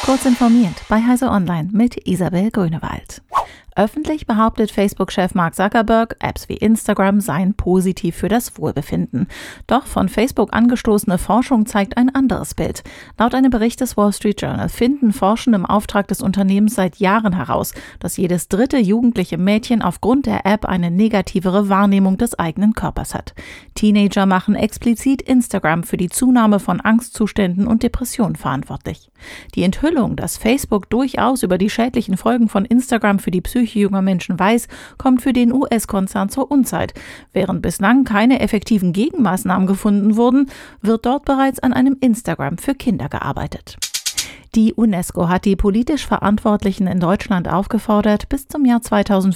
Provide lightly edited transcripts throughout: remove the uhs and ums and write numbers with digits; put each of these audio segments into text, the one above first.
Kurz informiert bei Heise Online mit Isabel Grünewald. Öffentlich behauptet Facebook-Chef Mark Zuckerberg, Apps wie Instagram seien positiv für das Wohlbefinden. Doch von Facebook angestoßene Forschung zeigt ein anderes Bild. Laut einem Bericht des Wall Street Journal finden Forschende im Auftrag des Unternehmens seit Jahren heraus, dass jedes dritte jugendliche Mädchen aufgrund der App eine negativere Wahrnehmung des eigenen Körpers hat. Teenager machen explizit Instagram für die Zunahme von Angstzuständen und Depressionen verantwortlich. Die Enthüllung, dass Facebook durchaus über die schädlichen Folgen von Instagram für die Psyche junger Menschen weiß, kommt für den US-Konzern zur Unzeit. Während bislang keine effektiven Gegenmaßnahmen gefunden wurden, wird dort bereits an einem Instagram für Kinder gearbeitet. Die UNESCO hat die politisch Verantwortlichen in Deutschland aufgefordert, bis zum Jahr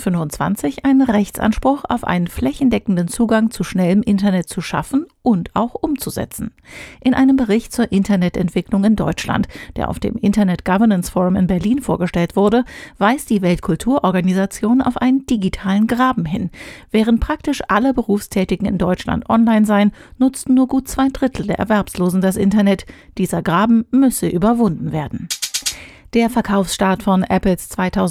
2025 einen Rechtsanspruch auf einen flächendeckenden Zugang zu schnellem Internet zu schaffen und auch umzusetzen. In einem Bericht zur Internetentwicklung in Deutschland, der auf dem Internet Governance Forum in Berlin vorgestellt wurde, weist die Weltkulturorganisation auf einen digitalen Graben hin. Während praktisch alle Berufstätigen in Deutschland online seien, nutzten nur gut 2/3 der Erwerbslosen das Internet. Dieser Graben müsse überwunden werden. Der Verkaufsstart von Apples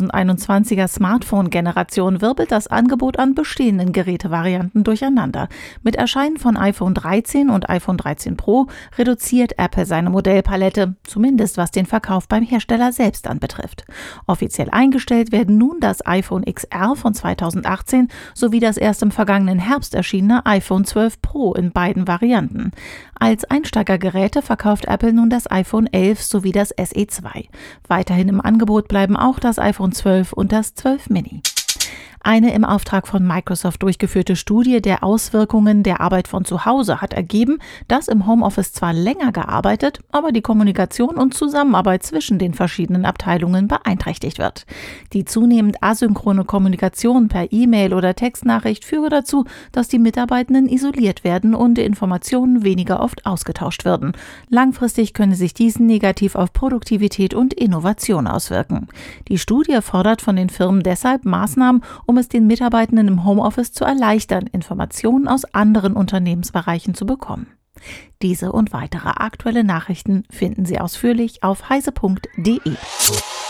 2021er Smartphone-Generation wirbelt das Angebot an bestehenden Gerätevarianten durcheinander. Mit Erscheinen von iPhone 13 und iPhone 13 Pro reduziert Apple seine Modellpalette, zumindest was den Verkauf beim Hersteller selbst anbetrifft. Offiziell eingestellt werden nun das iPhone XR von 2018 sowie das erst im vergangenen Herbst erschienene iPhone 12 Pro in beiden Varianten. Als Einsteigergeräte verkauft Apple nun das iPhone 11 sowie das SE 2. Weiterhin im Angebot bleiben auch das iPhone 12 und das 12 Mini. Eine im Auftrag von Microsoft durchgeführte Studie der Auswirkungen der Arbeit von zu Hause hat ergeben, dass im Homeoffice zwar länger gearbeitet, aber die Kommunikation und Zusammenarbeit zwischen den verschiedenen Abteilungen beeinträchtigt wird. Die zunehmend asynchrone Kommunikation per E-Mail oder Textnachricht führe dazu, dass die Mitarbeitenden isoliert werden und Informationen weniger oft ausgetauscht werden. Langfristig könne sich dies negativ auf Produktivität und Innovation auswirken. Die Studie fordert von den Firmen deshalb Maßnahmen, um es den Mitarbeitenden im Homeoffice zu erleichtern, Informationen aus anderen Unternehmensbereichen zu bekommen. Diese und weitere aktuelle Nachrichten finden Sie ausführlich auf heise.de.